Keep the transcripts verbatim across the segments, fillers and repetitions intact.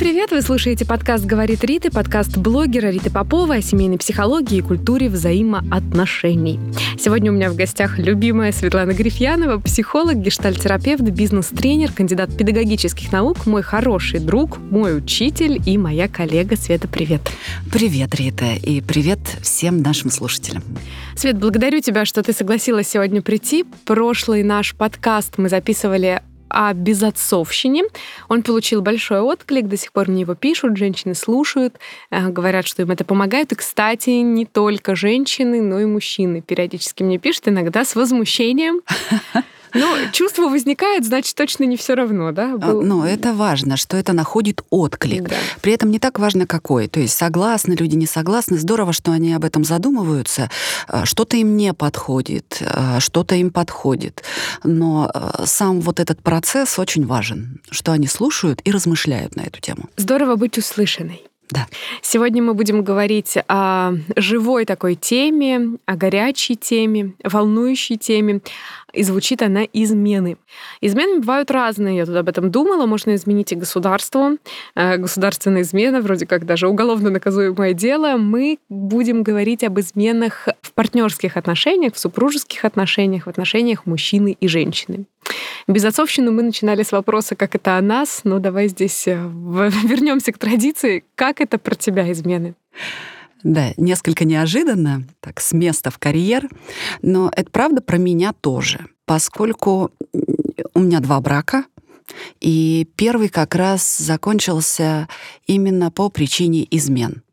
привет! Вы слушаете подкаст «Говорит Рита», подкаст блогера Риты Поповой о семейной психологии и культуре взаимоотношений. Сегодня у меня в гостях любимая Светлана Грифьянова, психолог, гештальт-терапевт, бизнес-тренер, кандидат педагогических наук, мой хороший друг, мой учитель и моя коллега. Света, привет! Привет, Рита, и привет всем нашим слушателям. Свет, благодарю тебя, что ты согласилась сегодня прийти. Прошлый наш подкаст мы записывали о безотцовщине. Он получил большой отклик, до сих пор мне его пишут, женщины слушают, говорят, что им это помогает. И, кстати, не только женщины, но и мужчины периодически мне пишут, иногда с возмущением. Ну, чувство возникает, значит, точно не все равно, да? Был... Но это важно, что это находит отклик. Да. При этом не так важно, какой. То есть согласны люди, не согласны. Здорово, что они об этом задумываются. Что-то им не подходит, что-то им подходит. Но сам вот этот процесс очень важен, что они слушают и размышляют на эту тему. Здорово быть услышанной. Да. Сегодня мы будем говорить о живой такой теме, о горячей теме, волнующей теме. И звучит она «измены». Измены бывают разные, я тут об этом думала. Можно изменить и государству. Государственная измена, вроде как даже уголовно наказуемое дело. Мы будем говорить об изменах в партнерских отношениях, в супружеских отношениях, в отношениях мужчины и женщины. Безотцовщину мы начинали с вопроса, как это о нас. Но давай здесь вернемся к традиции. Как это про тебя, измены? Да, несколько неожиданно, так, с места в карьер, но это правда про меня тоже, поскольку у меня два брака, и первый как раз закончился именно по причине измен.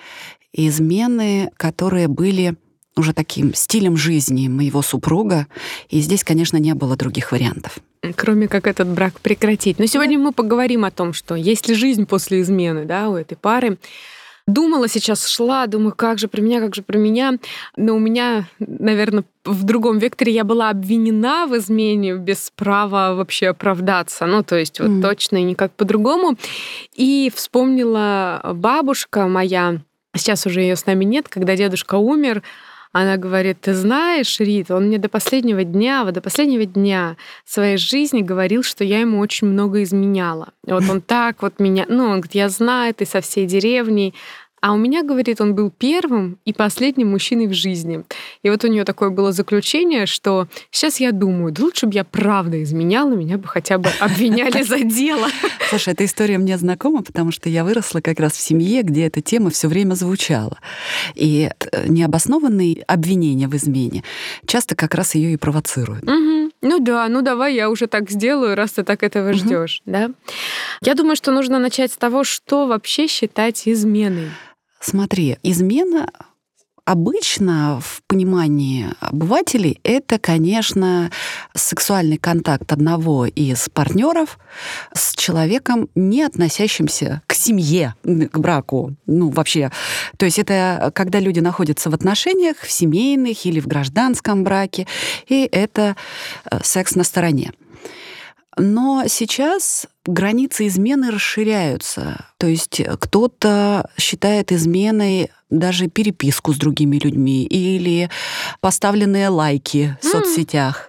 Измены, которые были уже таким стилем жизни моего супруга, и здесь, конечно, не было других вариантов. Кроме как этот брак прекратить. Но сегодня мы поговорим о том, что есть ли жизнь после измены, да, у этой пары. Думала сейчас, шла, думаю, как же про меня, как же про меня. Но у меня, наверное, в другом векторе я была обвинена в измене без права вообще оправдаться. Ну, то есть вот mm. точно и никак по-другому. И вспомнила бабушка моя, сейчас уже ее с нами нет, когда дедушка умер, она говорит: ты знаешь, Рит, он мне до последнего дня, вот до последнего дня своей жизни говорил, что я ему очень много изменяла. Вот он так вот меня... Ну, он говорит, я знаю, ты со всей деревней. А у меня, говорит, он был первым и последним мужчиной в жизни. И вот у нее такое было заключение, что сейчас я думаю, да лучше бы я правда изменяла, меня бы хотя бы обвиняли за дело. Слушай, эта история мне знакома, потому что я выросла как раз в семье, где эта тема все время звучала. И необоснованные обвинения в измене часто как раз ее и провоцируют. Угу. Ну да, ну давай я уже так сделаю, раз ты так этого ждешь, угу. да? Я думаю, что нужно начать с того, что вообще считать изменой. Смотри, измена обычно в понимании обывателей это, конечно, сексуальный контакт одного из партнеров с человеком, не относящимся к семье, к браку. Ну, вообще. То есть это когда люди находятся в отношениях, в семейных или в гражданском браке, и это секс на стороне. Но сейчас границы измены расширяются. То есть кто-то считает изменой даже переписку с другими людьми или поставленные лайки в mm. соцсетях.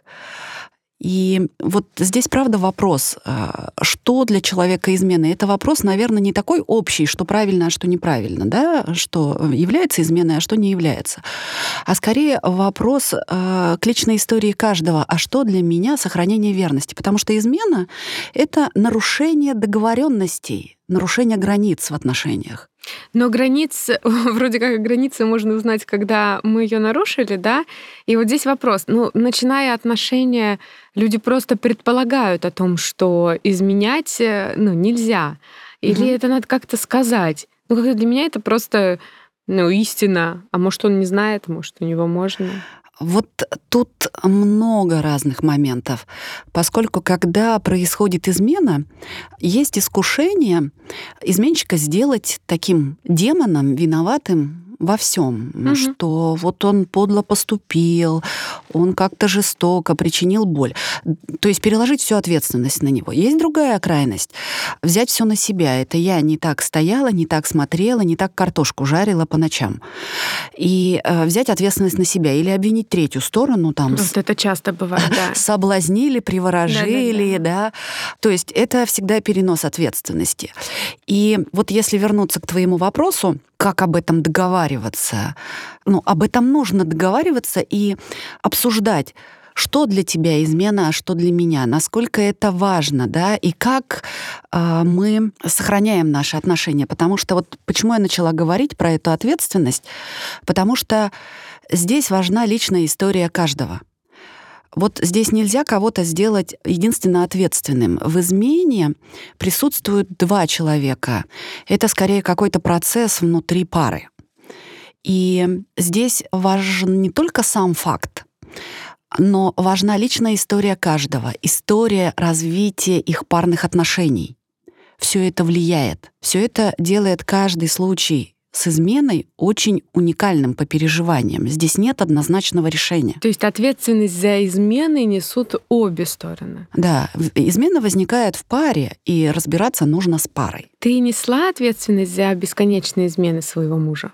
И вот здесь, правда, вопрос, что для человека измена? Это вопрос, наверное, не такой общий, что правильно, а что неправильно, да? Что является изменой, а что не является. А скорее вопрос к личной истории каждого. А что для меня сохранение верности? Потому что измена — это нарушение договоренностей, нарушение границ в отношениях. Но границ, вроде как границы можно узнать, когда мы ее нарушили, да? И вот здесь вопрос. Ну, начиная отношения, люди просто предполагают о том, что изменять, ну, нельзя. Или угу. это надо как-то сказать. Ну, как для меня это просто, ну, истина. А может, он не знает, может, у него можно. Вот тут много разных моментов, поскольку когда происходит измена, есть искушение изменщика сделать таким демоном, виноватым во всем, Мгм. что вот он подло поступил, он как-то жестоко причинил боль. То есть переложить всю ответственность на него. Есть другая крайность. Взять все на себя. Это я не так стояла, не так смотрела, не так картошку жарила по ночам. И э, взять ответственность на себя. Или обвинить третью сторону, там, Вот это часто бывает, да. соблазнили, приворожили, Да-да-да. да. То есть это всегда перенос ответственности. И вот если вернуться к твоему вопросу, как об этом договариваться? Ну, об этом нужно договариваться и обсуждать, что для тебя измена, а что для меня, насколько это важно, да, и как э, мы сохраняем наши отношения. Потому что вот почему я начала говорить про эту ответственность, потому что здесь важна личная история каждого. Вот здесь нельзя кого-то сделать единственно ответственным. В измене присутствуют два человека. Это скорее какой-то процесс внутри пары. И здесь важен не только сам факт, но важна личная история каждого, история развития их парных отношений. Все это влияет. Все это делает каждый случай с изменой очень уникальным по переживаниям. Здесь нет однозначного решения. То есть ответственность за измены несут обе стороны. Да, в- измена возникает в паре, и разбираться нужно с парой. Ты несла ответственность за бесконечные измены своего мужа?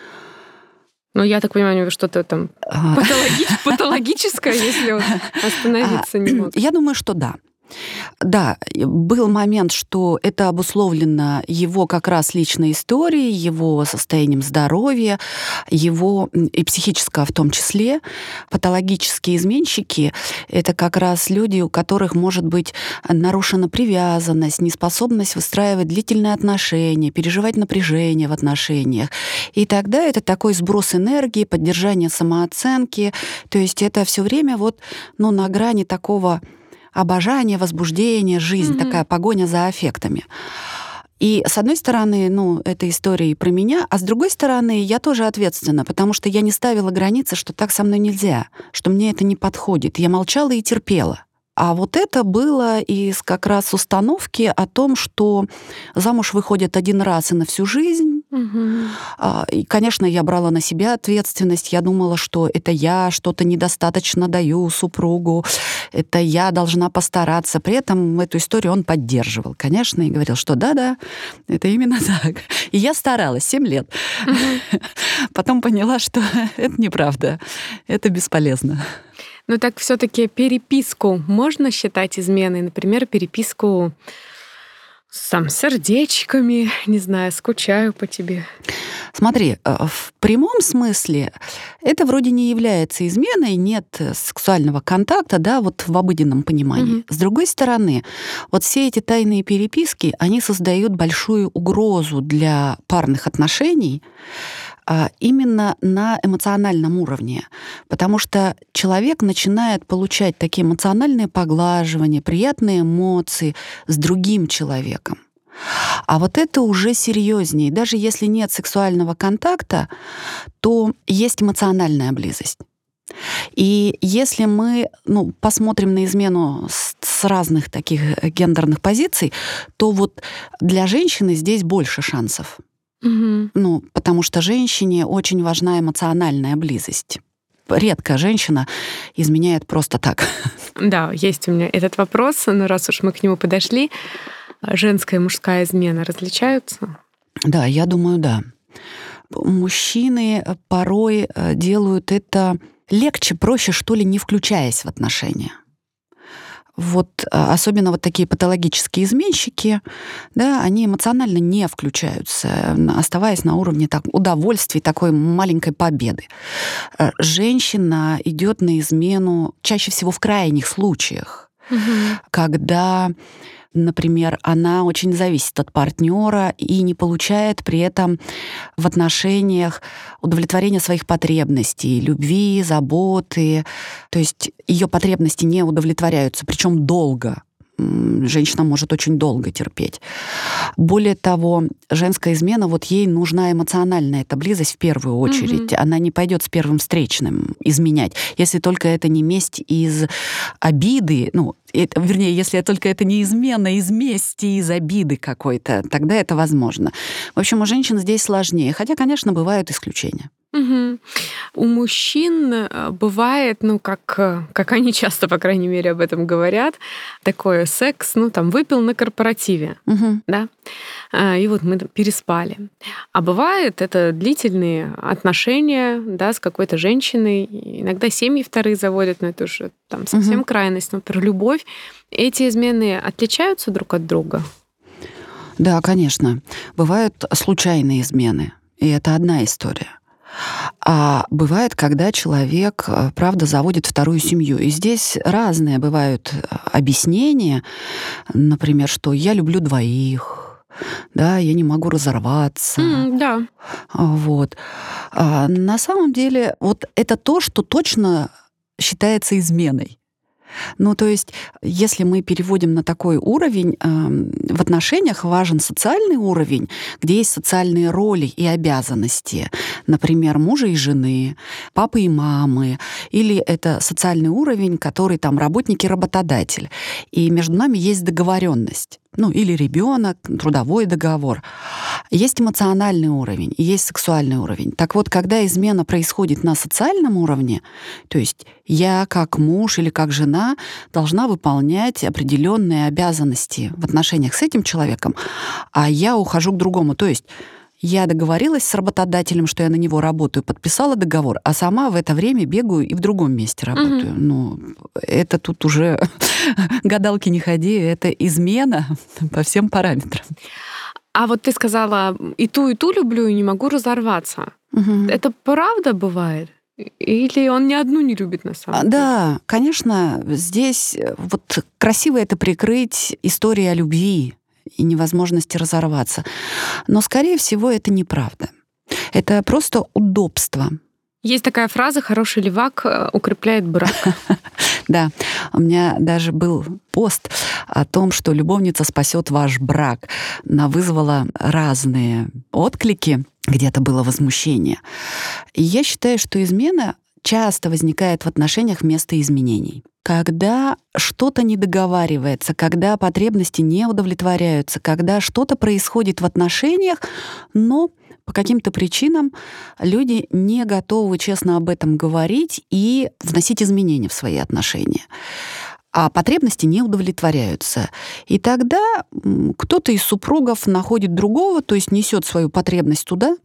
Ну, я так понимаю, у него что-то там А, патологи- патологическое, если он остановиться не мог. Я думаю, что да. Да, был момент, что это обусловлено его как раз личной историей, его состоянием здоровья, его м, и психического в том числе. Патологические изменщики — это как раз люди, у которых может быть нарушена привязанность, неспособность выстраивать длительные отношения, переживать напряжение в отношениях. И тогда это такой сброс энергии, поддержание самооценки. То есть это все время вот, ну, на грани такого обожание, возбуждение, жизнь, Мгм. такая погоня за аффектами. И с одной стороны, ну, это история и про меня, а с другой стороны, я тоже ответственна, потому что я не ставила границы, что так со мной нельзя, что мне это не подходит. Я молчала и терпела. А вот это было из как раз установки о том, что замуж выходит один раз и на всю жизнь. Мгм. А, И, конечно, я брала на себя ответственность. Я думала, что это я что-то недостаточно даю супругу, это я должна постараться. При этом эту историю он поддерживал, конечно, и говорил, что да-да, это именно так. И я старалась семь лет. Потом поняла, что это неправда, это бесполезно. Ну так все-таки переписку можно считать изменой? Например, переписку с там, сердечками, не знаю, скучаю по тебе. Смотри, э, в прямом смысле это вроде не является изменой, нет сексуального контакта, да, вот в обыденном понимании. Мгм. С другой стороны, вот все эти тайные переписки, они создают большую угрозу для парных отношений, а, именно на эмоциональном уровне. Потому что человек начинает получать такие эмоциональные поглаживания, приятные эмоции с другим человеком. А вот это уже серьезнее. Даже если нет сексуального контакта, то есть эмоциональная близость. И если мы, ну, посмотрим на измену с, с разных таких гендерных позиций, то вот для женщины здесь больше шансов. Мгм. Ну, потому что женщине очень важна эмоциональная близость. Редко женщина изменяет просто так. Да, есть у меня этот вопрос, но раз уж мы к нему подошли, женская и мужская измена различаются? Да, я думаю, да. Мужчины порой э, делают это легче, проще, что ли, не включаясь в отношения. Вот э, особенно вот такие патологические изменщики, да, они эмоционально не включаются, м, оставаясь на уровне так, удовольствия, такой маленькой победы. Э, Женщина идет на измену чаще всего в крайних случаях, Мгм. когда, например, она очень зависит от партнера и не получает при этом в отношениях удовлетворения своих потребностей, любви, заботы. То есть ее потребности не удовлетворяются, причем долго. женщина может очень долго терпеть. Более того, женская измена, вот ей нужна эмоциональная эта близость в первую очередь. Mm-hmm. Она не пойдет с первым встречным изменять, если только это не месть из обиды, ну, это, вернее, если только это не измена из мести, из обиды какой-то, тогда это возможно. В общем, у женщин здесь сложнее, хотя, конечно, бывают исключения. Угу. У мужчин бывает, ну, как, как они часто, по крайней мере, об этом говорят, такой секс, ну, там, выпил на корпоративе, угу. да, и вот мы переспали. А бывает, это длительные отношения, да, с какой-то женщиной, иногда семьи вторые заводят, но это уже там совсем угу. крайность, но про любовь. Эти измены отличаются друг от друга? Да, конечно. Бывают случайные измены, и это одна история. А бывает, когда человек, правда, заводит вторую семью. И здесь разные бывают объяснения. Например, что я люблю двоих, да, я не могу разорваться. Mm, да. Вот. А на самом деле, вот это то, что точно считается изменой. Ну, то есть, если мы переводим на такой уровень, в отношениях важен социальный уровень, где есть социальные роли и обязанности, например, мужа и жены, папы и мамы, или это социальный уровень, который там работник и работодатель. И между нами есть договоренность. Ну, или ребенок, трудовой договор. Есть эмоциональный уровень и есть сексуальный уровень. Так вот, когда измена происходит на социальном уровне, то есть я как муж или как жена должна выполнять определенные обязанности в отношениях с этим человеком, а я ухожу к другому. То есть я договорилась с работодателем, что я на него работаю, подписала договор, а сама в это время бегаю и в другом месте работаю. Mm-hmm. Ну, это тут уже гадалки не ходи, это измена по всем параметрам. А вот ты сказала, и ту, и ту люблю, и не могу разорваться. Mm-hmm. Это правда бывает? Или он ни одну не любит на самом деле? Да, конечно, здесь вот красиво это прикрыть историей о любви и невозможности разорваться. Но, скорее всего, это неправда. Это просто удобство. Есть такая фраза «хороший левак укрепляет брак». Да, у меня даже был пост о том, что любовница спасет ваш брак. Она вызвала разные отклики, где-то было возмущение. И я считаю, что измена часто возникает в отношениях вместо изменений. Когда что-то не договаривается, когда потребности не удовлетворяются, когда что-то происходит в отношениях, но по каким-то причинам люди не готовы честно об этом говорить и вносить изменения в свои отношения. А потребности не удовлетворяются. И тогда кто-то из супругов находит другого, то есть несет свою потребность туда,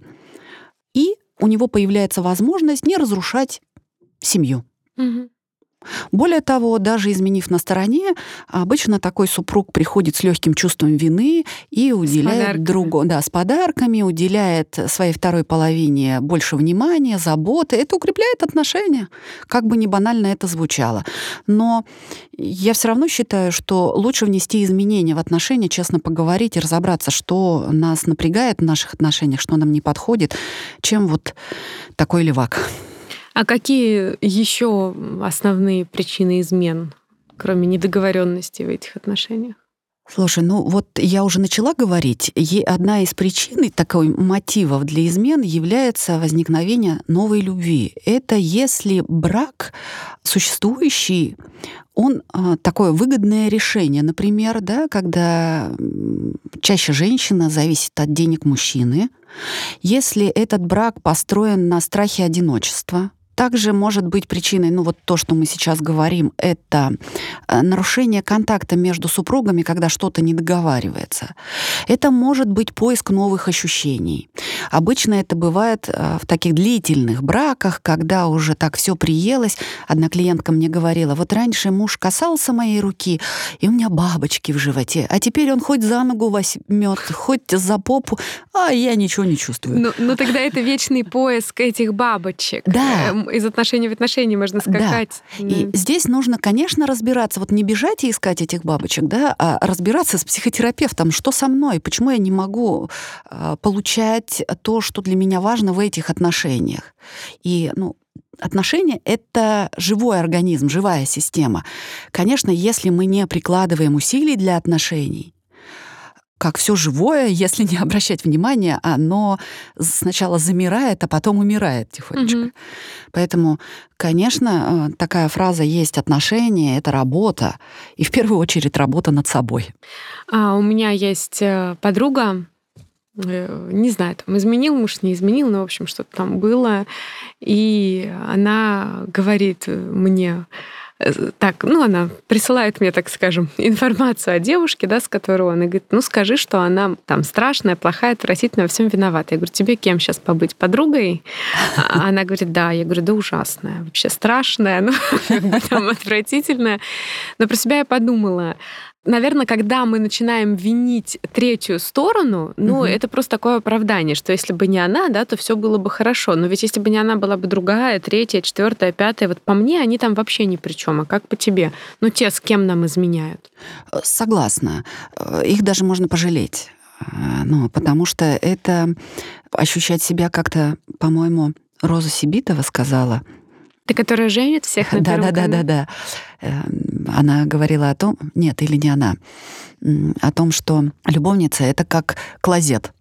и у него появляется возможность не разрушать семью. Угу. Более того, даже изменив на стороне, обычно такой супруг приходит с легким чувством вины и уделяет другу, да, с подарками, уделяет своей второй половине больше внимания, заботы. Это укрепляет отношения, как бы ни банально это звучало. Но я все равно считаю, что лучше внести изменения в отношения, честно поговорить и разобраться, что нас напрягает в наших отношениях, что нам не подходит, чем вот такой левак. А какие еще основные причины измен, кроме недоговоренности в этих отношениях? Слушай, ну вот я уже начала говорить, одна из причин, такой мотивов для измен является возникновение новой любви. Это если брак существующий, он такое выгодное решение. Например, да, когда чаще женщина зависит от денег мужчины, если этот брак построен на страхе одиночества. Также может быть причиной, ну вот то, что мы сейчас говорим, это нарушение контакта между супругами, когда что-то не договаривается. Это может быть поиск новых ощущений. Обычно это бывает в таких длительных браках, когда уже так все приелось. Одна клиентка мне говорила, вот раньше муж касался моей руки, и у меня бабочки в животе, а теперь он хоть за ногу возьмет, хоть за попу, а я ничего не чувствую. Ну, ну тогда это вечный поиск этих бабочек. Да. Из отношений в отношения можно скакать. Да. Да. И здесь нужно, конечно, разбираться. Вот не бежать и искать этих бабочек, да, а разбираться с психотерапевтом, что со мной, почему я не могу получать то, что для меня важно в этих отношениях. И, ну, отношения — это живой организм, живая система. Конечно, если мы не прикладываем усилий для отношений, как все живое, если не обращать внимания, оно сначала замирает, а потом умирает тихонечко. Мгм. Поэтому, конечно, такая фраза «есть отношения» — это работа, и в первую очередь работа над собой. А у меня есть э, подруга, э, не знаю, там изменил муж, не изменил, но, в общем, что-то там было. И она говорит мне, э, так, ну, она присылает мне, так скажем, информацию о девушке, да, с которой он, и говорит, ну, скажи, что она там страшная, плохая, отвратительная, во всем виновата. Я говорю, тебе кем сейчас побыть, подругой? А она говорит, да. Я говорю, да ужасная, вообще страшная, ну, как бы там отвратительная. Но про себя я подумала, наверное, когда мы начинаем винить третью сторону, ну, Мгм. это просто такое оправдание, что если бы не она, да, то все было бы хорошо. Но ведь если бы не она, была бы другая, третья, четвертая, пятая, вот по мне они там вообще ни при чем. А как по тебе? Ну, те, с кем нам изменяют. Э, Согласна. Э, Их даже можно пожалеть. Э, Ну, потому что это ощущать себя как-то, по-моему, Роза Сибитова сказала. Ты, которая женит всех на первом канале? Да-да-да-да-да. Эм, Она говорила о том, нет, или не она, м, о том, что любовница — это как клозет.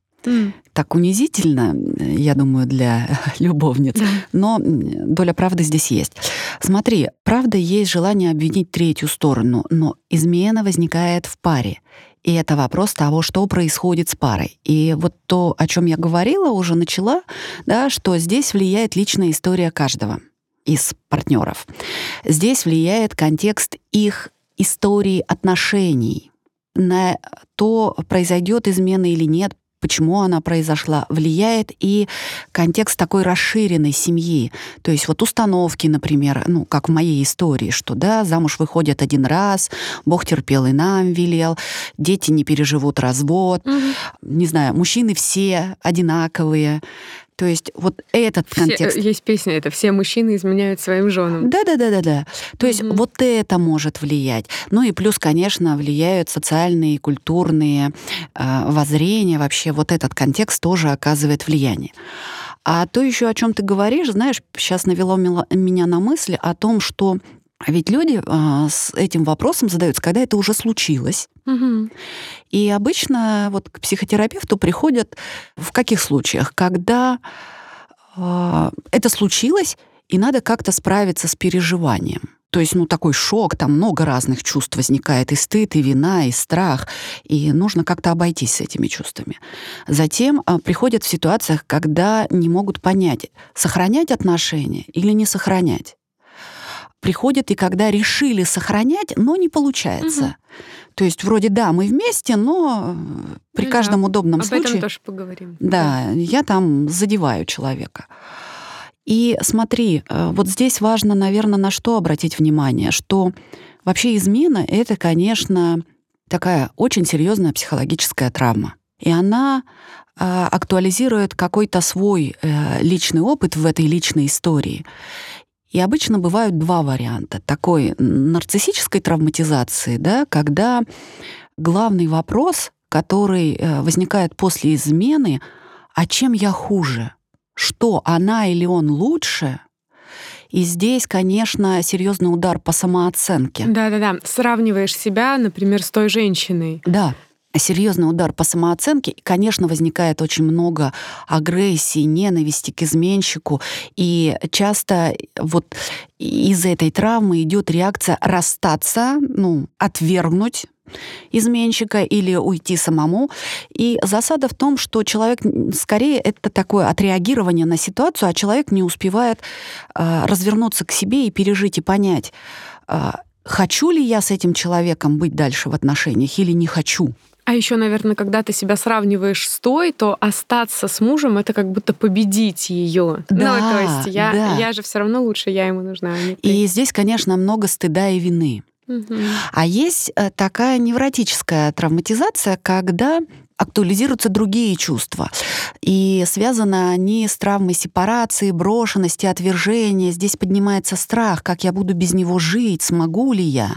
М, Так унизительно, э, я думаю, для любовниц, да. но м, доля правды здесь есть. Смотри, правда, есть желание обвинить третью сторону, но измена возникает в паре. И это вопрос того, что происходит с парой. И вот то, о чем я говорила, уже начала, да, что здесь влияет личная история каждого из партнеров. Здесь влияет контекст их истории отношений. На то, произойдет измена или нет, почему она произошла, влияет и контекст такой расширенной семьи. То есть вот установки, например, ну, как в моей истории, что да, замуж выходят один раз, Бог терпел и нам велел, дети не переживут развод, Мгм. не знаю, мужчины все одинаковые. То есть вот этот Все- контекст. есть песня, это «Все мужчины изменяют своим женам». Да-да-да-да-да. То есть Мгм. вот это может влиять. Ну и плюс, конечно, влияют социальные, культурные э, воззрения. Вообще вот этот контекст тоже оказывает влияние. А то еще, о чем ты говоришь, знаешь, сейчас навело мела- меня на мысль о том, что ведь люди а, с этим вопросом задаются, когда это уже случилось. Мгм. И обычно вот к психотерапевту приходят в каких случаях? Когда а, это случилось, и надо как-то справиться с переживанием. То есть, ну, такой шок, там много разных чувств возникает, и стыд, и вина, и страх, и нужно как-то обойтись с этими чувствами. Затем а, приходят в ситуациях, когда не могут понять, сохранять отношения или не сохранять. Приходят и когда решили сохранять, но не получается. Мгм. То есть вроде да, мы вместе, но э, при Ну да, каждом удобном об случае... этом тоже поговорим. Да, я там задеваю человека. И смотри, э, вот здесь важно, наверное, на что обратить внимание, что вообще измена — это, конечно, такая очень серьезная психологическая травма. И она а, актуализирует какой-то свой э, личный опыт в этой личной истории. И обычно бывают два варианта. Такой нарциссической травматизации, да, когда главный вопрос, который э, возникает после измены, а чем я хуже? Что, она или он лучше? И здесь, конечно, серьезный удар по самооценке. Да-да-да. Сравниваешь себя, например, с той женщиной. Да, серьезный удар по самооценке. И, конечно, возникает очень много агрессии, ненависти к изменщику. И часто вот из этой травмы идет реакция расстаться, ну, отвергнуть изменщика или уйти самому. И засада в том, что человек, скорее, это такое отреагирование на ситуацию, а человек не успевает э, развернуться к себе и пережить, и понять, э, хочу ли я с этим человеком быть дальше в отношениях или не хочу. А еще, наверное, когда ты себя сравниваешь с той, то остаться с мужем — это как будто победить ее. Да, ну, то есть я, да. я же все равно лучше, я ему нужна, а не ты. И здесь, конечно, много стыда и вины. Мгм. А есть э, такая невротическая травматизация, когда актуализируются другие чувства. И связаны они с травмой сепарации, брошенности, отвержения. Здесь поднимается страх, как я буду без него жить, смогу ли я.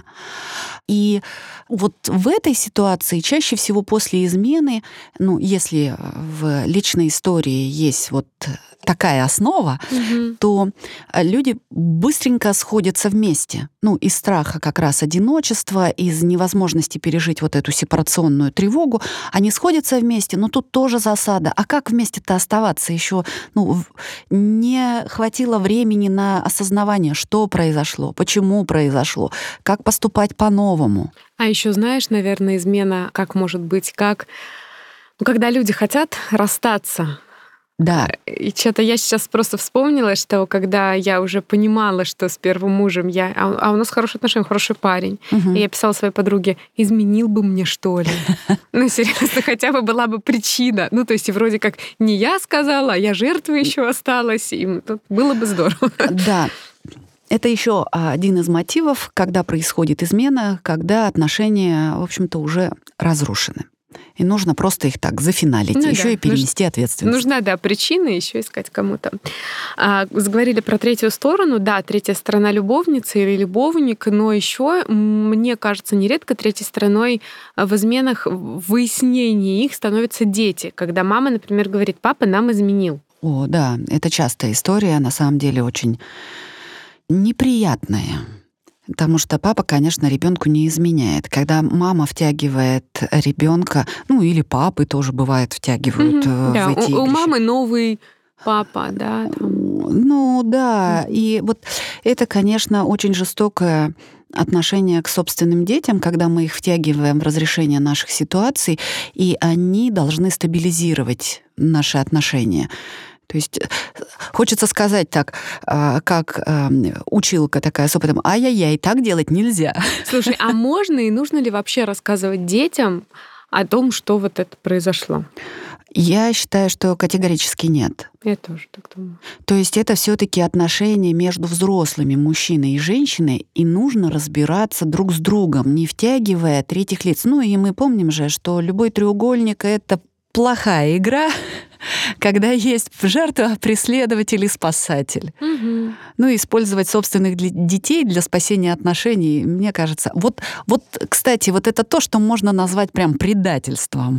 И вот в этой ситуации чаще всего после измены, ну, если в личной истории есть вот такая основа, Мгм. то люди быстренько сходятся вместе. Ну, из страха как раз одиночества, из невозможности пережить вот эту сепарационную тревогу. Они сходятся вместе, но тут тоже засада. А как вместе-то оставаться? Еще ну, в- не хватило времени на осознавание, что произошло, почему произошло, как поступать по-новому. А еще знаешь, наверное, измена как может быть, как ну, когда люди хотят расстаться. Да, И что-то я сейчас просто вспомнила, что когда я уже понимала, что с первым мужем я... А у а у нас хорошие отношения, хороший парень. И мгм. я писала своей подруге, изменил бы мне, что ли? Ну, серьезно, хотя бы была бы причина. Ну, то есть, и вроде как не я сказала, а я жертвой еще осталась. И м, тут было бы здорово. Да. Это еще один из мотивов, когда происходит измена, когда отношения, в общем-то, уже разрушены. И нужно просто их так зафиналить, Ну еще да, и перенести ответственность. нужна, да, причина, еще искать кому-то. А, заговорили про третью сторону. Да, третья сторона любовницы или любовник, но еще, мне кажется, нередко третьей стороной в изменах в выяснении их становятся дети. Когда мама, например, говорит, папа нам изменил. О, да, это частая история, на самом деле очень неприятная. Потому что папа, конечно, ребенку не изменяет. Когда мама втягивает ребенка, ну или папы тоже бывает втягивают Мгм. э, Да, в эти у, у игрища. мамы новый папа, да, там. Ну да, Мгм. и вот это, конечно, очень жестокое отношение к собственным детям, когда мы их втягиваем в разрешение наших ситуаций, и они должны стабилизировать наши отношения. То есть э, хочется сказать так, а, как а, училка такая с опытом, ай-яй-яй, так делать нельзя. Слушай, а можно и нужно ли вообще рассказывать детям о том, что вот это произошло? Я считаю, что категорически нет. Я тоже так думаю. То есть это все-таки отношения между взрослыми, мужчиной и женщиной, и нужно разбираться друг с другом, не втягивая третьих лиц. Ну и мы помним же, что любой треугольник — это плохая игра, когда есть жертва, преследователь и спасатель. Мгм. Ну, и использовать собственных для- детей для спасения отношений, мне кажется. Вот, вот, кстати, вот это то, что можно назвать прям предательством.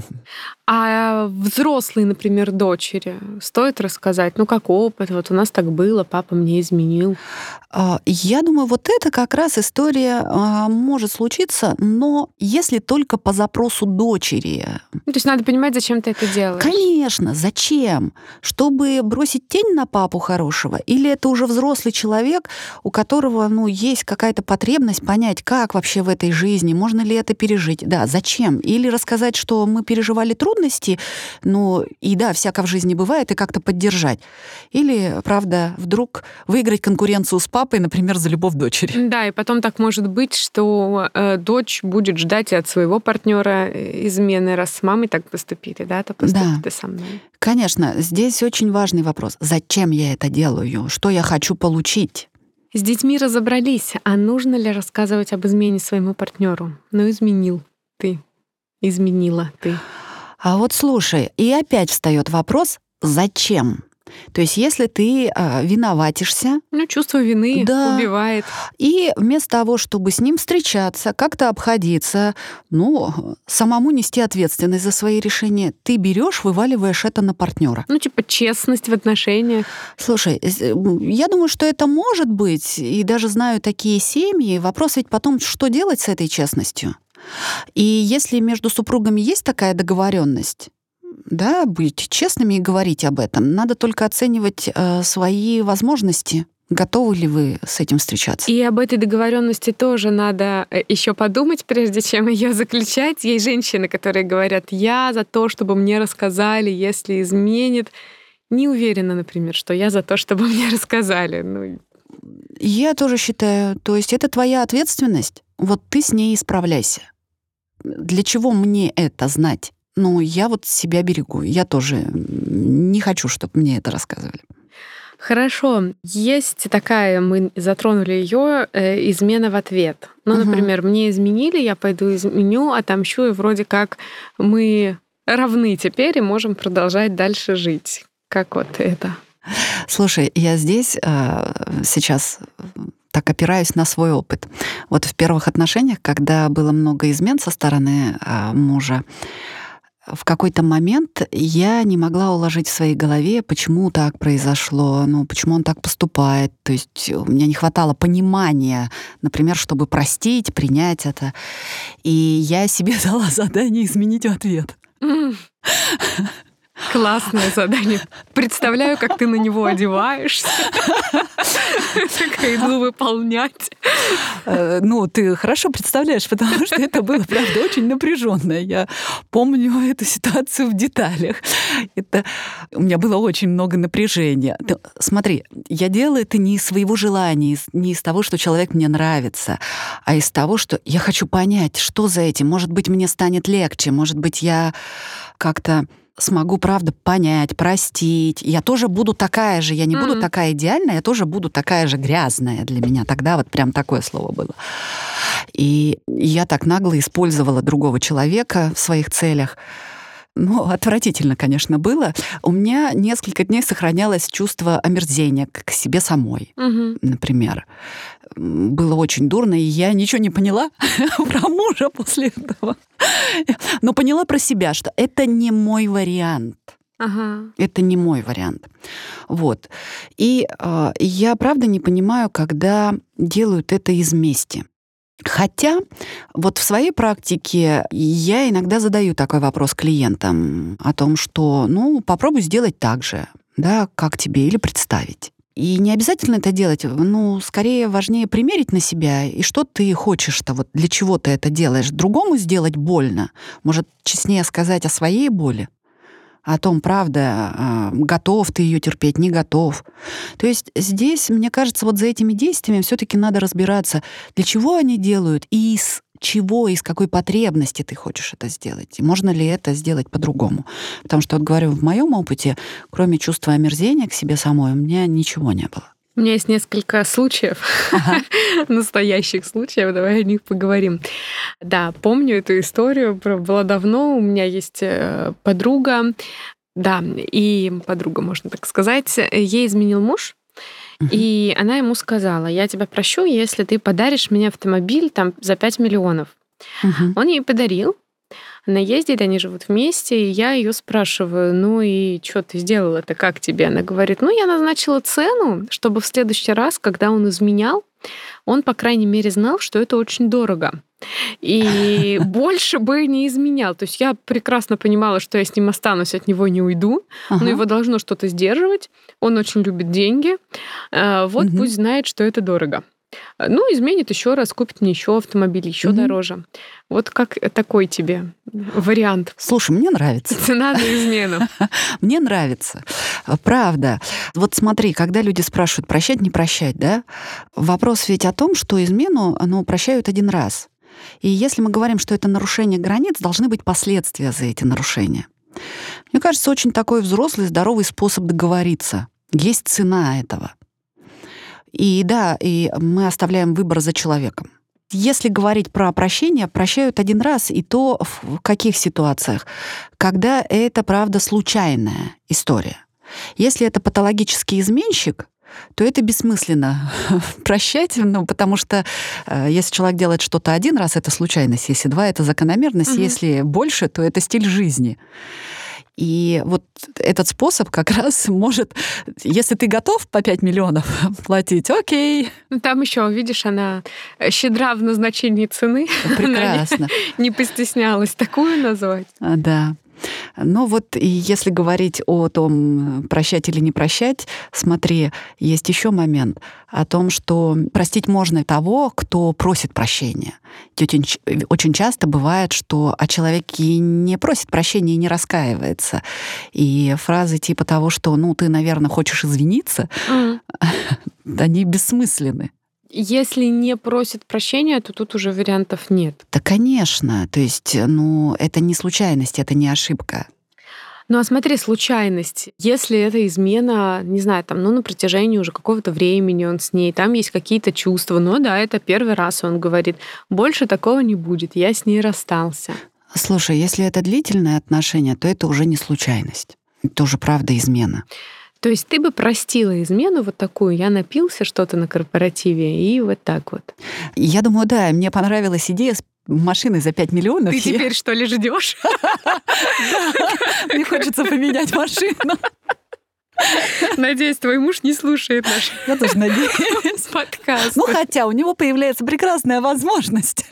А взрослые, например, дочери, стоит рассказать, ну, как опыт, вот у нас так было, папа мне изменил. А, Я думаю, вот это как раз история а, может случиться, но если только по запросу дочери. Ну, то есть надо понимать, зачем ты это делаешь. Конечно, зачем? Чтобы бросить тень на папу хорошего? Или это уже взрослый человек, у которого ну, есть какая-то потребность понять, как вообще в этой жизни, можно ли это пережить? Да, зачем? Или рассказать, что мы переживали трудности, ну и да, всяко в жизни бывает, и как-то поддержать. Или, правда, вдруг выиграть конкуренцию с папой, например, за любовь дочери. Да, и потом так может быть, что э, дочь будет ждать и от своего партнера измены, раз с мамой так поступили, да, то поступи Да. ты со мной. Конечно, здесь очень важный вопрос. Зачем я это делаю? Что я хочу получить? С детьми разобрались, а нужно ли рассказывать об измене своему партнеру? Ну, изменил ты, изменила ты. А вот слушай, и опять встает вопрос, зачем? То есть если ты а, виноватишься, Ну, чувство вины Да. убивает. и вместо того, чтобы с ним встречаться, как-то обходиться, ну, самому нести ответственность за свои решения, ты берешь, вываливаешь это на партнера. Ну, типа честность в отношениях. Слушай, с- м, я думаю, что это может быть, и даже знаю такие семьи. Вопрос ведь потом, что делать с этой честностью? И если между супругами есть такая договоренность, да, быть честными и говорить об этом, надо только оценивать э, свои возможности. Готовы ли вы с этим встречаться? И об этой договоренности тоже надо еще подумать, прежде чем ее заключать. Есть женщины, которые говорят, я за то, чтобы мне рассказали, если изменит. Не уверена, например, что я за то, чтобы мне рассказали. Ну, Я тоже считаю, то есть это твоя ответственность, вот ты с ней и справляйся. Для чего мне это знать? Ну, я вот себя берегу. Я тоже м, не хочу, чтобы мне это рассказывали. хорошо, есть такая, мы затронули ее, э, измена в ответ. Ну, Мгм. например, мне изменили, я пойду изменю, отомщу, и вроде как мы равны теперь и можем продолжать дальше жить. Как вот это? Слушай, я здесь э, сейчас э, так опираюсь на свой опыт. Вот в первых отношениях, когда было много измен со стороны э, мужа, в какой-то момент я не могла уложить в своей голове, почему так произошло, ну, почему он так поступает. То есть у меня не хватало понимания, например, чтобы простить, принять это. И я себе дала задание изменить ответ. Классное задание. Представляю, как ты на него одеваешься. Такая, иду выполнять. Ну, ты хорошо представляешь, потому что это было, правда, очень напряженно. Я помню эту ситуацию в деталях. Это... У меня было очень много напряжения. Ты... Смотри, я делаю это не из своего желания, не из того, что человек мне нравится, а из того, что я хочу понять, что за этим. Может быть, мне станет легче, может быть, я как-то смогу, правда, понять, простить. Я тоже буду такая же, я не mm-hmm. буду такая идеальная, я тоже буду такая же грязная для меня. Тогда вот прям такое слово было. И я так нагло использовала другого человека в своих целях. Ну, отвратительно, конечно, было. У меня несколько дней сохранялось чувство омерзения к себе самой, mm-hmm. например. Было очень дурно, и я ничего не поняла про мужа после этого. Но поняла про себя, что это не мой вариант. Ага. Это не мой вариант. Вот. И э, я, правда, не понимаю, когда делают это из мести. Хотя вот в своей практике я иногда задаю такой вопрос клиентам о том, что, ну, попробуй сделать так же, да, как тебе, или представить. И не обязательно это делать, ну, скорее важнее примерить на себя, и что ты хочешь-то, вот для чего ты это делаешь. Другому сделать больно, может, честнее сказать о своей боли, о том, правда, готов ты ее терпеть, не готов. То есть здесь, мне кажется, вот за этими действиями все-таки надо разбираться, для чего они делают и из чего, из какой потребности ты хочешь это сделать. И можно ли это сделать по-другому. Потому что, вот говорю, в моем опыте, кроме чувства омерзения к себе самой, у меня ничего не было. У меня есть несколько случаев, ага. настоящих случаев, давай о них поговорим. Да, помню эту историю, было давно, у меня есть подруга, да, и подруга, можно так сказать, ей изменил муж, uh-huh. и она ему сказала: я тебя прощу, если ты подаришь мне автомобиль там за пять миллионов. Uh-huh. Он ей подарил. Она ездит, они живут вместе, и я ее спрашиваю: ну и что ты сделала-то, как тебе? Она говорит: ну я назначила цену, чтобы в следующий раз, когда он изменял, он, по крайней мере, знал, что это очень дорого. И больше бы не изменял. То есть я прекрасно понимала, что я с ним останусь, от него не уйду, ага. но его должно что-то сдерживать. Он очень любит деньги. Вот угу. пусть знает, что это дорого. Ну, изменит еще раз, купит мне еще автомобиль, еще mm-hmm. дороже. Вот как такой тебе вариант? Слушай, мне нравится. Цена на измену. Мне нравится. Правда. Вот смотри, когда люди спрашивают, прощать, не прощать, да? Вопрос ведь о том, что измену, ну, прощают один раз. И если мы говорим, что это нарушение границ, должны быть последствия за эти нарушения. Мне кажется, очень такой взрослый, здоровый способ договориться. Есть цена этого. И да, и мы оставляем выбор за человеком. Если говорить про прощение, прощают один раз, и то в каких ситуациях? Когда это, правда, случайная история. Если это патологический изменщик, то это бессмысленно прощать, ну, потому что э, если человек делает что-то один раз, это случайность, если два — это закономерность, угу. если больше, то это стиль жизни. И вот этот способ как раз может, если ты готов по пять миллионов платить, окей. Ну, там еще, видишь, она щедра в назначении цены. Прекрасно. Не, не постеснялась такую назвать. Да. Но вот и если говорить о том, прощать или не прощать, смотри, есть еще момент о том, что простить можно того, кто просит прощения. Очень, очень часто бывает, что о человеке не просит прощения и не раскаивается. И фразы типа того, что, ну, ты, наверное, хочешь извиниться, mm. они бессмысленны. Если не просит прощения, то тут уже вариантов нет. Да, конечно. То есть, ну, это не случайность, это не ошибка. Ну, а смотри, случайность. Если это измена, не знаю, там, ну, на протяжении уже какого-то времени он с ней, там есть какие-то чувства, ну да, это первый раз он говорит, больше такого не будет, я с ней расстался. Слушай, если это длительные отношения, то это уже не случайность. Это уже, правда, измена. То есть ты бы простила измену вот такую, я напился что-то на корпоративе, и вот так вот. Я думаю, да, мне понравилась идея с машиной за пять миллионов. Ты теперь, что ли, ждешь? хочется поменять машину. Надеюсь, твой муж не слушает наш Я тоже надеюсь. подкаст. Ну, хотя у него появляется прекрасная возможность.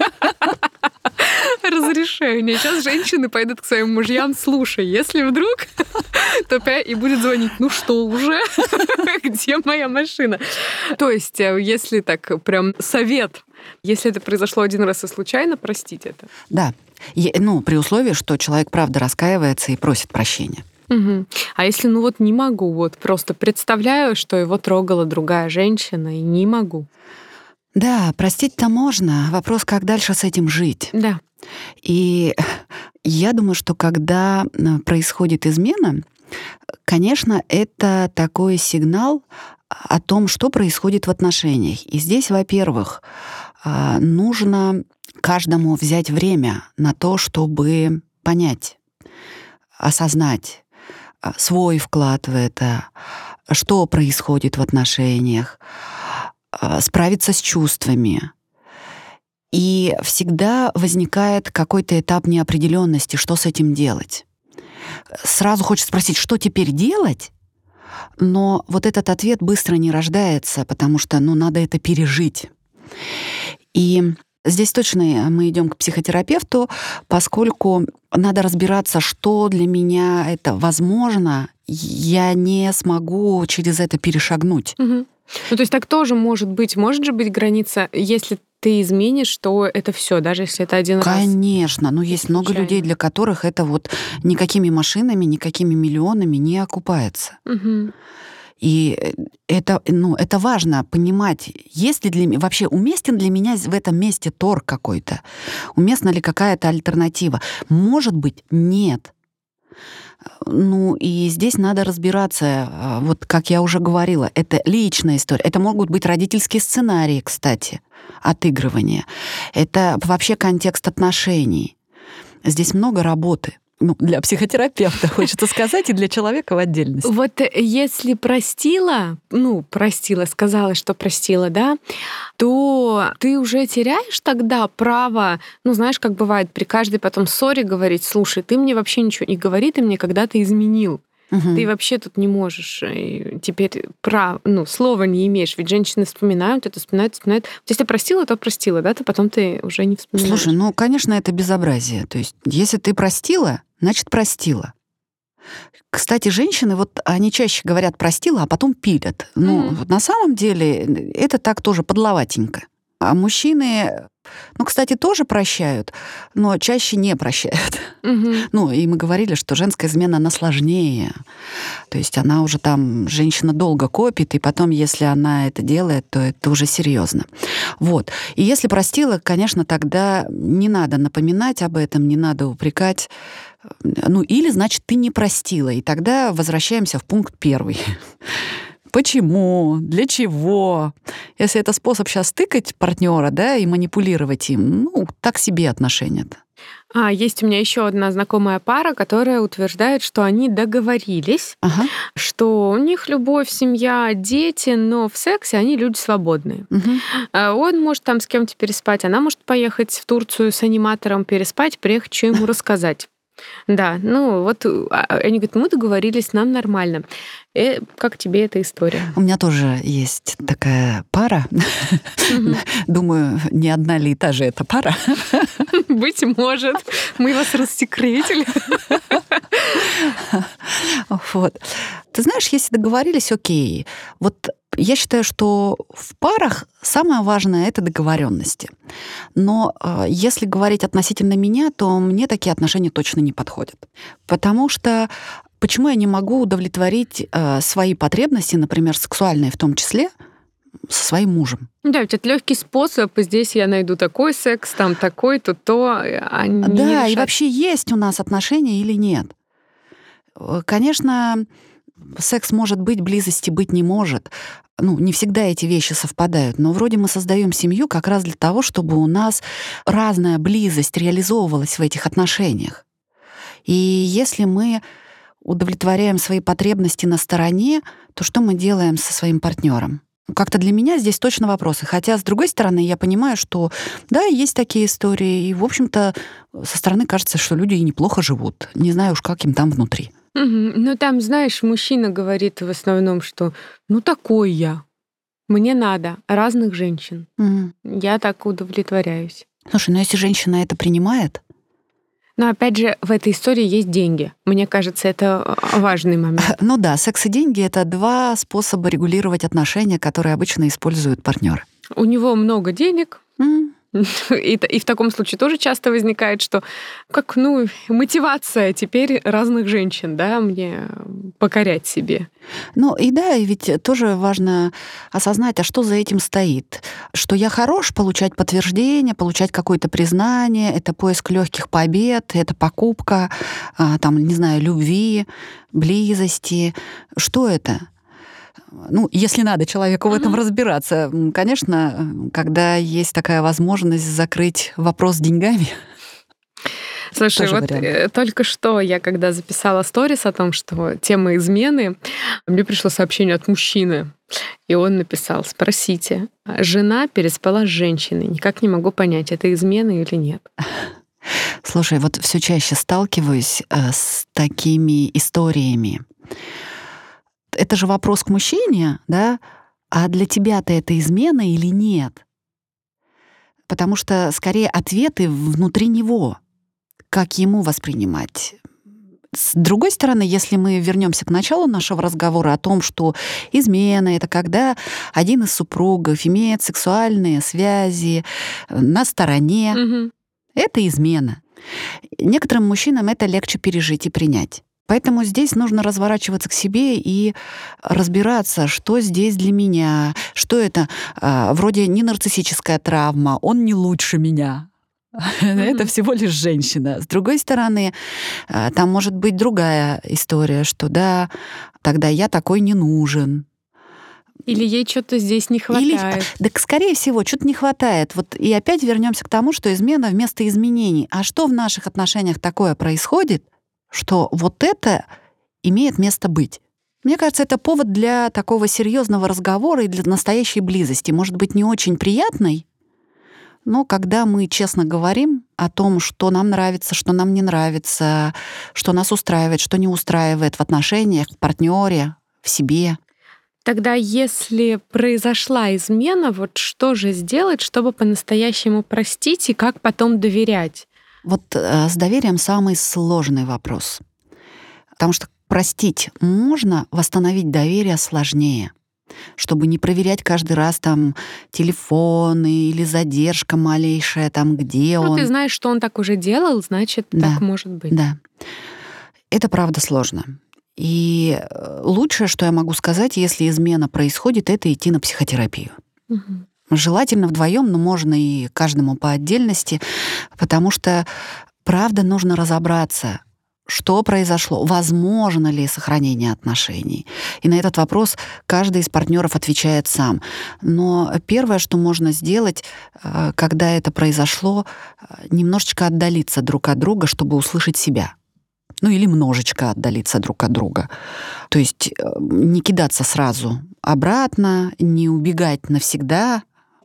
Разрешение. Сейчас женщины пойдут к своим мужьям, слушай, если вдруг, то опять и будет звонить, ну что уже? Где моя машина? То есть, если так прям совет, если это произошло один раз и случайно, простить это. Да. И, ну, при условии, что человек правда раскаивается и просит прощения. Угу. А если, ну вот не могу, вот просто представляю, что его трогала другая женщина, и не могу. Да, простить-то можно. Вопрос, как дальше с этим жить. Да. И я думаю, что когда происходит измена, конечно, это такой сигнал о том, что происходит в отношениях. И здесь, во-первых, нужно каждому взять время на то, чтобы понять, осознать свой вклад в это, что происходит в отношениях, справиться с чувствами. И всегда возникает какой-то этап неопределенности, что с этим делать. Сразу хочется спросить, что теперь делать? Но вот этот ответ быстро не рождается, потому что, ну, надо это пережить. И здесь точно мы идем к психотерапевту, поскольку надо разбираться, что для меня это возможно, я не смогу через это перешагнуть. Угу. Ну, то есть так тоже может быть. Может же быть граница, если ты изменишь, то это все, даже если это один Конечно, раз. Конечно, но есть много людей, для которых это вот никакими машинами, никакими миллионами не окупается. Угу. И это, ну, это важно понимать, есть ли для меня, вообще уместен для меня в этом месте торг какой-то, уместна ли какая-то альтернатива. Может быть, нет. Ну, и здесь надо разбираться, вот как я уже говорила, это личная история. Это могут быть родительские сценарии, кстати, отыгрывания. Это вообще контекст отношений. Здесь много работы. Ну, для психотерапевта, хочется сказать, и для человека в отдельности. Вот если простила, ну, простила, сказала, что простила, да, то ты уже теряешь тогда право, ну, знаешь, как бывает, при каждой потом ссоре говорить, слушай, ты мне вообще ничего не говори, ты мне когда-то изменил. Угу. Ты вообще тут не можешь теперь прав, ну, слова не имеешь. Ведь женщины вспоминают это, вспоминают, вспоминают. Вот если простила, то простила, да, то потом ты уже не вспоминаешь. Слушай, ну, конечно, это безобразие. То есть, если ты простила, значит, простила. Кстати, женщины, вот они чаще говорят «простила», а потом пилят. Ну, mm-hmm. вот на самом деле это так тоже подловатенько. А мужчины, ну, кстати, тоже прощают, но чаще не прощают. Mm-hmm. Ну, и мы говорили, что женская измена, она сложнее. То есть она уже там, женщина долго копит, и потом, если она это делает, то это уже серьезно. Вот. И если простила, конечно, тогда не надо напоминать об этом, не надо упрекать. Ну, или, значит, ты не простила. И тогда возвращаемся в пункт первый. Почему? Для чего? Если это способ сейчас тыкать партнера, да, и манипулировать им, ну, так себе отношения-то. А, есть у меня еще одна знакомая пара, которая утверждает, что они договорились, ага. что у них любовь, семья, дети, но в сексе они люди свободные. Угу. Он может там с кем-то переспать, она может поехать в Турцию с аниматором переспать, приехать, что ему рассказать. Да, ну вот они говорят, мы договорились, нам нормально. И как тебе эта история? У меня тоже есть такая пара. Mm-hmm. Думаю, не одна ли и та же эта пара. Быть может. Мы вас рассекретили. Вот. Ты знаешь, если договорились, окей. Вот я считаю, что в парах самое важное — это договоренности. Но э, если говорить относительно меня, то мне такие отношения точно не подходят. Потому что почему я не могу удовлетворить э, свои потребности, например, сексуальные в том числе, со своим мужем? Да, ведь это легкий способ. Здесь я найду такой секс, там такой, то то. А не да, решать. И вообще есть у нас отношения или нет? Конечно, секс может быть, близости быть не может. Ну, не всегда эти вещи совпадают, но вроде мы создаем семью как раз для того, чтобы у нас разная близость реализовывалась в этих отношениях. И если мы удовлетворяем свои потребности на стороне, то что мы делаем со своим партнером? Как-то для меня здесь точно вопросы. Хотя, с другой стороны, я понимаю, что да, есть такие истории, и, в общем-то, со стороны кажется, что люди и неплохо живут. Не знаю уж, как им там внутри. Мгм. Ну, там, знаешь, мужчина говорит в основном, что ну такой я, мне надо разных женщин. Мгм. Я так удовлетворяюсь. Слушай, ну если женщина это принимает, Но опять же, в этой истории есть деньги. Мне кажется, это а, важный момент. ну да, секс и деньги — это два способа регулировать отношения, которые обычно используют партнеры. У него много денег, М. и, т- и в таком случае тоже часто возникает, что как, ну, мотивация теперь разных женщин, да, мне покорять себе. Ну и да, и ведь тоже важно осознать, а что за этим стоит. Что я хорош, получать подтверждение, получать какое-то признание, это поиск легких побед, это покупка, а, там, не знаю, любви, близости. Что это? Ну, если надо человеку в этом Мгм. разбираться. М, Конечно, м, когда есть такая возможность закрыть вопрос деньгами, Слушай, тоже вот вариант. э, только что я, когда записала сторис о том, что тема измены, мне пришло сообщение от мужчины, и он написал: спросите, а жена переспала с женщиной, никак не могу понять, это измена или нет. Слушай, вот все чаще сталкиваюсь э, с такими историями. Это же вопрос к мужчине, да? А для тебя-то это измена или нет? Потому что скорее ответы внутри него, как ему воспринимать. С другой стороны, если мы вернемся к началу нашего разговора о том, что измена — это когда один из супругов имеет сексуальные связи э, на стороне, Мгм. это измена. Некоторым мужчинам это легче пережить и принять. Поэтому здесь нужно разворачиваться к себе и разбираться, что здесь для меня, что это а, вроде не нарциссическая травма, он не лучше меня. Это Мгм. всего лишь женщина. С другой стороны, а, там может быть другая история, что да, тогда я такой не нужен. Или ей что-то здесь не Или, хватает. да, скорее всего, что-то не хватает. Вот и опять вернемся к тому, что измена вместо изменений. А что в наших отношениях такое происходит, что вот это имеет место быть? Мне кажется, это повод для такого серьезного разговора и для настоящей близости. Может быть, не очень приятной, но когда мы честно говорим о том, что нам нравится, что нам не нравится, что нас устраивает, что не устраивает в отношениях, в партнере, в себе. Тогда, если произошла измена, вот что же сделать, чтобы по-настоящему простить и как потом доверять? Вот э, с доверием самый сложный вопрос. Потому что простить можно, восстановить доверие сложнее. Чтобы не проверять каждый раз там телефоны или задержка малейшая, там где Ну, ты он. знаешь, что он так уже делал, значит, так Да, может быть. да. Это правда сложно. И э, лучшее, что я могу сказать, если измена происходит, это идти на психотерапию. Мгм. Желательно вдвоем, но можно и каждому по отдельности, потому что правда нужно разобраться, что произошло, возможно ли сохранение отношений. И на этот вопрос каждый из партнеров отвечает сам. Но первое, что можно сделать, э, когда это произошло, э, немножечко отдалиться друг от друга, чтобы услышать себя. Ну или немножечко отдалиться друг от друга. То есть э, не кидаться сразу обратно, не убегать навсегда,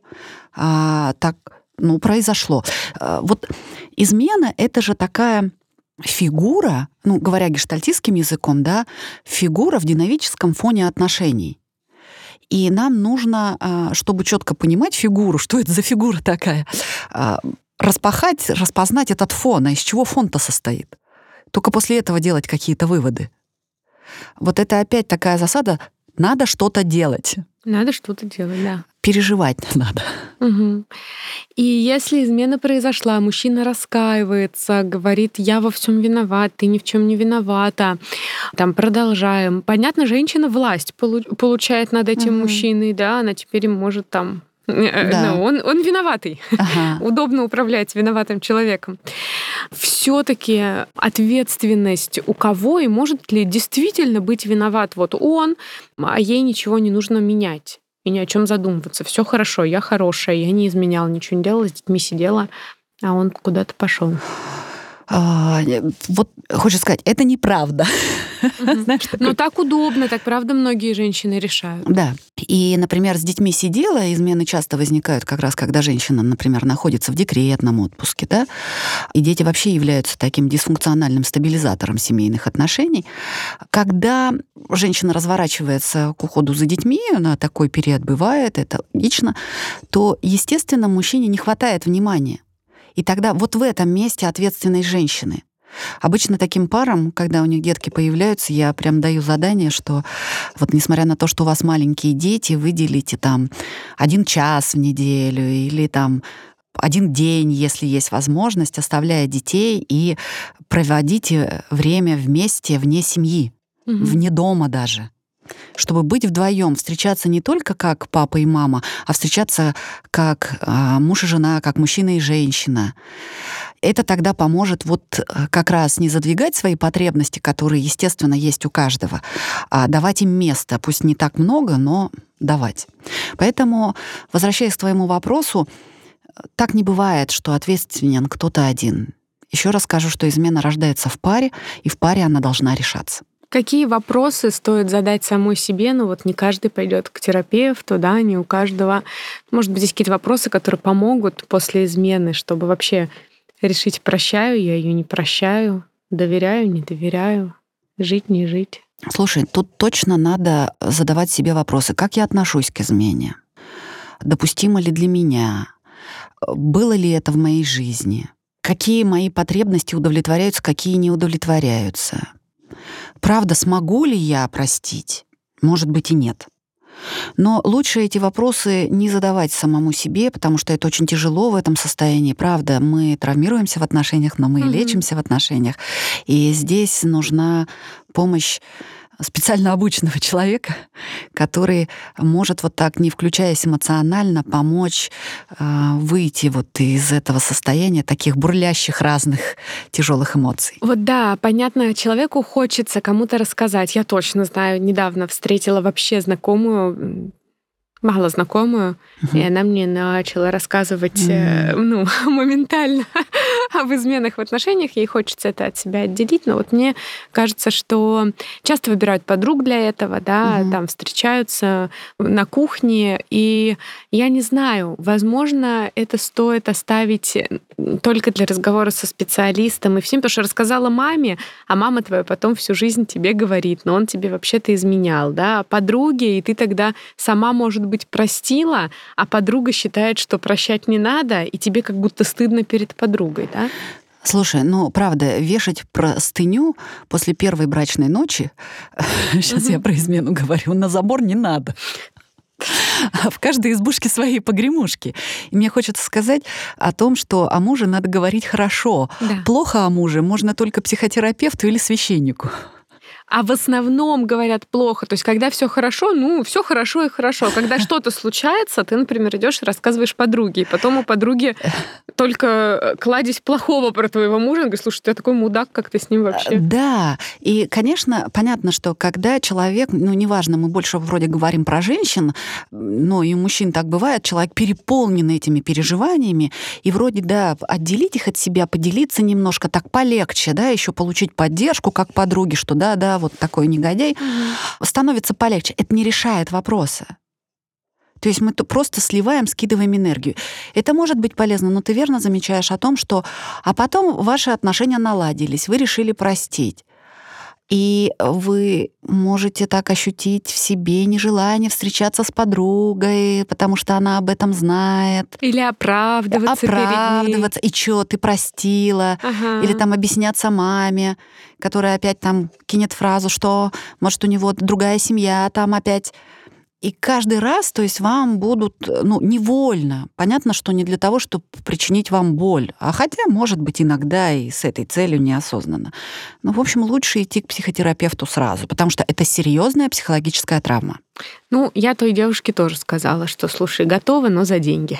а так, ну, произошло. Э, Вот измена — это же такая фигура, ну, говоря гештальтистским языком, да, фигура в динамическом фоне отношений. И нам нужно, а, чтобы четко понимать фигуру, что это за фигура такая, а, распахать, распознать этот фон, а из чего фон-то состоит. Только после этого делать какие-то выводы. Вот это опять такая засада: надо что-то делать. Надо что-то делать, да. Переживать надо. Мгм. И если измена произошла, мужчина раскаивается, говорит: я во всем виноват, ты ни в чем не виновата. Там продолжаем. Понятно, женщина власть полу- получает над этим Мгм. мужчиной, да, она теперь им может там. э, Да. ну, он, он виноватый. Ага. Удобно управлять виноватым человеком. Все-таки ответственность у кого и может ли действительно быть виноват вот он, а ей ничего не нужно менять и ни о чем задумываться. Все хорошо, я хорошая, я не изменяла, ничего не делала, с детьми сидела, а он куда-то пошел. А, не, Вот хочется сказать, это неправда. Мгм. Знаешь, Но такой. так удобно, так правда многие женщины решают. Да. И, например, с детьми сидела, измены часто возникают как раз, когда женщина, например, находится в декретном отпуске, да, и дети вообще являются таким дисфункциональным стабилизатором семейных отношений. Когда женщина разворачивается к уходу за детьми, на такой период бывает, это логично, то, естественно, мужчине не хватает внимания. И тогда вот в этом месте ответственность женщины. Обычно таким парам, когда у них детки появляются, я прям даю задание, что вот несмотря на то, что у вас маленькие дети, выделите там один час в неделю или там один день, если есть возможность, оставляя детей, и проводите время вместе вне семьи, угу. вне дома даже. Чтобы быть вдвоем, встречаться не только как папа и мама, а встречаться как а, муж и жена, как мужчина и женщина. Это тогда поможет вот как раз не задвигать свои потребности, которые, естественно, есть у каждого, а давать им место, пусть не так много, но давать. Поэтому, возвращаясь к твоему вопросу, так не бывает, что ответственен кто-то один. Еще раз скажу, что измена рождается в паре, и в паре она должна решаться. Какие вопросы стоит задать самой себе? Ну вот не каждый пойдет к терапевту, да, не у каждого. Может быть, здесь какие-то вопросы, которые помогут после измены, чтобы вообще решить, прощаю я ее, не прощаю, доверяю, не доверяю, жить, не жить. Слушай, тут точно надо задавать себе вопросы. Как я отношусь к измене? Допустимо ли для меня? Было ли это в моей жизни? Какие мои потребности удовлетворяются, какие не удовлетворяются? Правда, смогу ли я простить? Может быть, и нет. Но лучше эти вопросы не задавать самому себе, потому что это очень тяжело в этом состоянии. Правда, мы травмируемся в отношениях, но мы mm-hmm. лечимся в отношениях. И здесь нужна помощь специально обученного человека, который может вот так, не включаясь эмоционально, помочь э, выйти вот из этого состояния таких бурлящих разных тяжелых эмоций. Вот да, понятно, человеку хочется кому-то рассказать. Я точно знаю, недавно встретила вообще знакомую, мало знакомую, uh-huh. и она мне начала рассказывать uh-huh. ну, моментально об изменах в отношениях. Ей хочется это от себя отделить, но вот мне кажется, что часто выбирают подруг для этого, да, uh-huh. там встречаются на кухне, и я не знаю, возможно, это стоит оставить только для разговора со специалистом и всем, потому что рассказала маме, а мама твоя потом всю жизнь тебе говорит, но он тебе вообще-то изменял, да, подруге, и ты тогда сама, может быть, простила, а подруга считает, что прощать не надо, и тебе как будто стыдно перед подругой, да? Слушай, ну, правда, вешать простыню после первой брачной ночи, сейчас я про измену говорю, на забор не надо. В каждой избушке свои погремушки. И мне хочется сказать о том, что о муже надо говорить хорошо. Да. Плохо о муже можно только психотерапевту или священнику. А в основном говорят плохо. То есть, когда все хорошо, ну, все хорошо и хорошо. Когда что-то случается, ты, например, идешь и рассказываешь подруге, и потом у подруги только кладезь плохого про твоего мужа, говорит, слушай, ты такой мудак, как ты с ним вообще? Да, и, конечно, понятно, что когда человек, ну, неважно, мы больше вроде говорим про женщин, но и у мужчин так бывает, человек переполнен этими переживаниями, и вроде, да, отделить их от себя, поделиться немножко так полегче, да, еще получить поддержку как подруги, что да, да, вот такой негодяй, mm-hmm. становится полегче. Это не решает вопроса. То есть мы просто сливаем, скидываем энергию. Это может быть полезно, но ты верно замечаешь о том, что... А потом ваши отношения наладились, вы решили простить. И вы можете так ощутить в себе нежелание встречаться с подругой, потому что она об этом знает. Или оправдываться Оправдываться. И чё, ты простила? Ага. Или там объясняться маме, которая опять там кинет фразу, что, может, у него другая семья там опять... И каждый раз, то есть вам будут, ну, невольно. Понятно, что не для того, чтобы причинить вам боль. А хотя, может быть, иногда и с этой целью неосознанно. Но, в общем, лучше идти к психотерапевту сразу, потому что это серьезная психологическая травма. Ну, я той девушке тоже сказала, что, слушай, готова, но за деньги.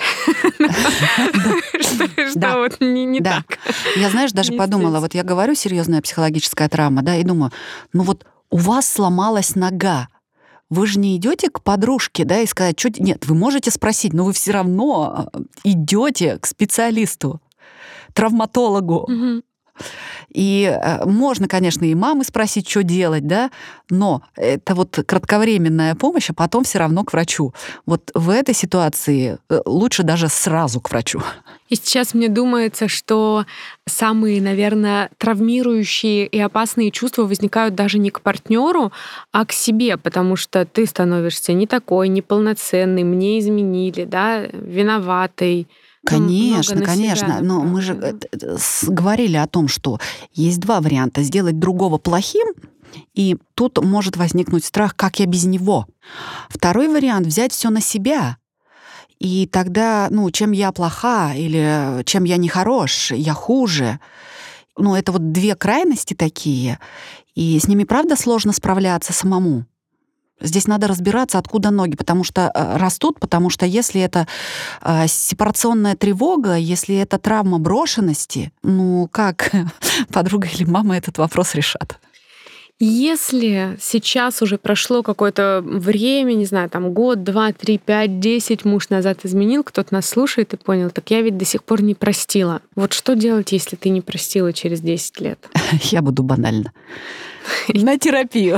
Что вот не так. Я, знаешь, даже подумала, вот я говорю, серьезная психологическая травма, да, и думаю, ну вот у вас сломалась нога. Вы же не идете к подружке, да, и сказать, что... Нет, вы можете спросить, но вы все равно идете к специалисту, травматологу. Угу. И э, можно, конечно, и мамы спросить, что делать, да, но это вот кратковременная помощь, а потом все равно к врачу. Вот в этой ситуации лучше даже сразу к врачу. И сейчас мне думается, что самые, наверное, травмирующие и опасные чувства возникают даже не к партнеру, а к себе, потому что ты становишься не такой, неполноценный, мне изменили, да, виноватой. Конечно, конечно. Но мы же говорили о том, что есть два варианта. Сделать другого плохим, и тут может возникнуть страх, как я без него. Второй вариант — взять все на себя. И тогда, ну, чем я плоха или чем я не хорош, я хуже. Ну, это вот две крайности такие, и с ними, правда, сложно справляться самому. Здесь надо разбираться, откуда ноги, потому что растут, потому что если это э, сепарационная тревога, если это травма брошенности, ну как подруга или мама этот вопрос решат? Если сейчас уже прошло какое-то время, не знаю, там год, два, три, пять, десять, муж назад изменил, кто-то нас слушает и понял, так я ведь до сих пор не простила. Вот что делать, если ты не простила через десять лет? Я буду банально. На терапию.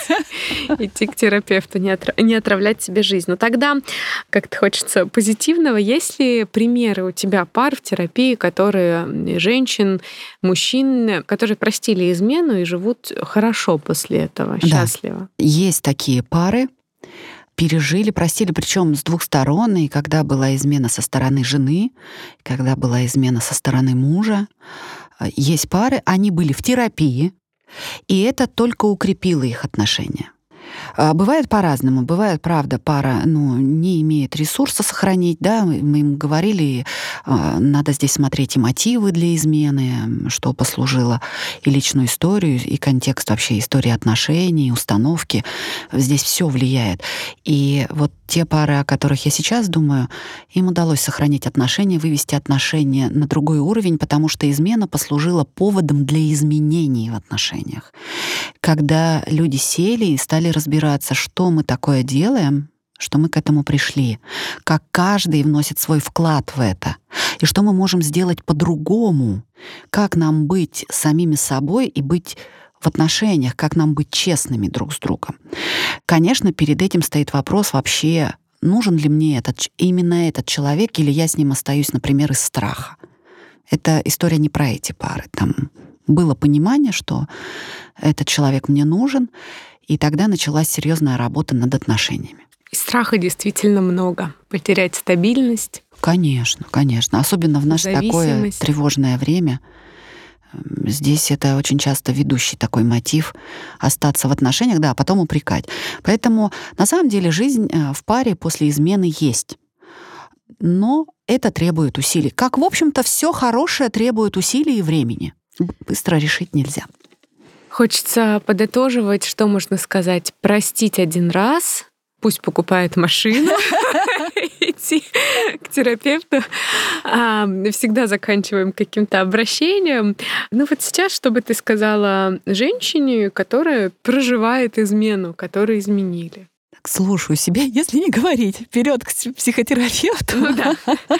Идти к терапевту, не, отра- не отравлять себе жизнь. Но тогда как-то хочется позитивного. Есть ли примеры у тебя пар в терапии, которые женщин, мужчин, которые простили измену и живут хорошо после этого, счастливо? Да. Есть такие пары, пережили, простили, причем с двух сторон, и когда была измена со стороны жены, когда была измена со стороны мужа. Есть пары, они были в терапии, и это только укрепило их отношения. Бывает по-разному. Бывает, правда, пара ну, не имеет ресурса сохранить. Да? Мы им говорили, надо здесь смотреть и мотивы для измены, что послужило, и личную историю, и контекст вообще истории отношений, установки. Здесь все влияет. И вот те пары, о которых я сейчас думаю, им удалось сохранить отношения, вывести отношения на другой уровень, потому что измена послужила поводом для изменений в отношениях. Когда люди сели и стали разбираться, что мы такое делаем, что мы к этому пришли, как каждый вносит свой вклад в это, и что мы можем сделать по-другому, как нам быть самими собой и быть в отношениях, как нам быть честными друг с другом. Конечно, перед этим стоит вопрос вообще, нужен ли мне этот, именно этот человек, или я с ним остаюсь, например, из страха. Это история не про эти пары. Там было понимание, что этот человек мне нужен, и тогда началась серьезная работа над отношениями. И страха действительно много. Потерять стабильность. Конечно, конечно. Особенно в наше такое тревожное время. Здесь это очень часто ведущий такой мотив — остаться в отношениях, да, а потом упрекать. Поэтому на самом деле жизнь в паре после измены есть. Но это требует усилий. Как, в общем-то, все хорошее требует усилий и времени. Быстро решить нельзя. Хочется подытоживать, что можно сказать. Простить один раз, пусть покупает машину, идти к терапевту. Всегда заканчиваем каким-то обращением. Ну вот сейчас, что бы ты сказала женщине, которая проживает измену, которую изменили? Так, слушаю себя, если не говорить. Вперед к психотерапевту. Ну да.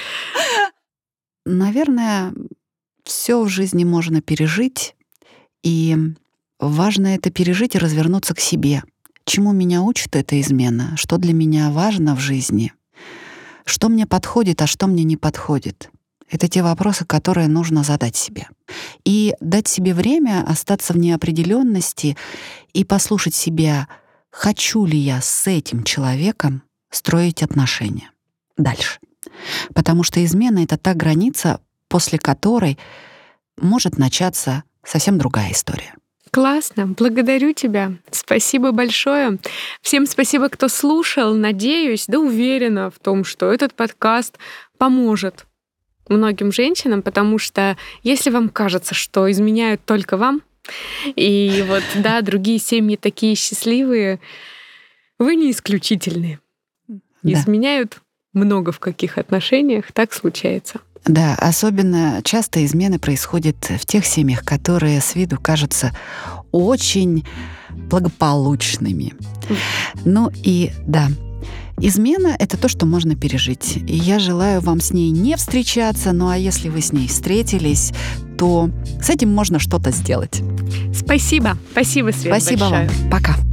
Наверное, все в жизни можно пережить, и важно это пережить и развернуться к себе. Чему меня учит эта измена? Что для меня важно в жизни? Что мне подходит, а что мне не подходит? Это те вопросы, которые нужно задать себе. И дать себе время остаться в неопределенности и послушать себя, хочу ли я с этим человеком строить отношения дальше. Потому что измена — это та граница, после которой может начаться совсем другая история. Классно. Благодарю тебя. Спасибо большое. Всем спасибо, кто слушал. Надеюсь, да уверена в том, что этот подкаст поможет многим женщинам, потому что если вам кажется, что изменяют только вам, и вот, да, другие семьи такие счастливые, вы не исключительные. Да. Изменяют много в каких отношениях, так случается. Да, особенно часто измены происходят в тех семьях, которые с виду кажутся очень благополучными. Ну и да, измена — это то, что можно пережить. И я желаю вам с ней не встречаться, ну а если вы с ней встретились, то то с этим можно что-то сделать. Спасибо. Спасибо, Свет, Спасибо большое. вам. Пока.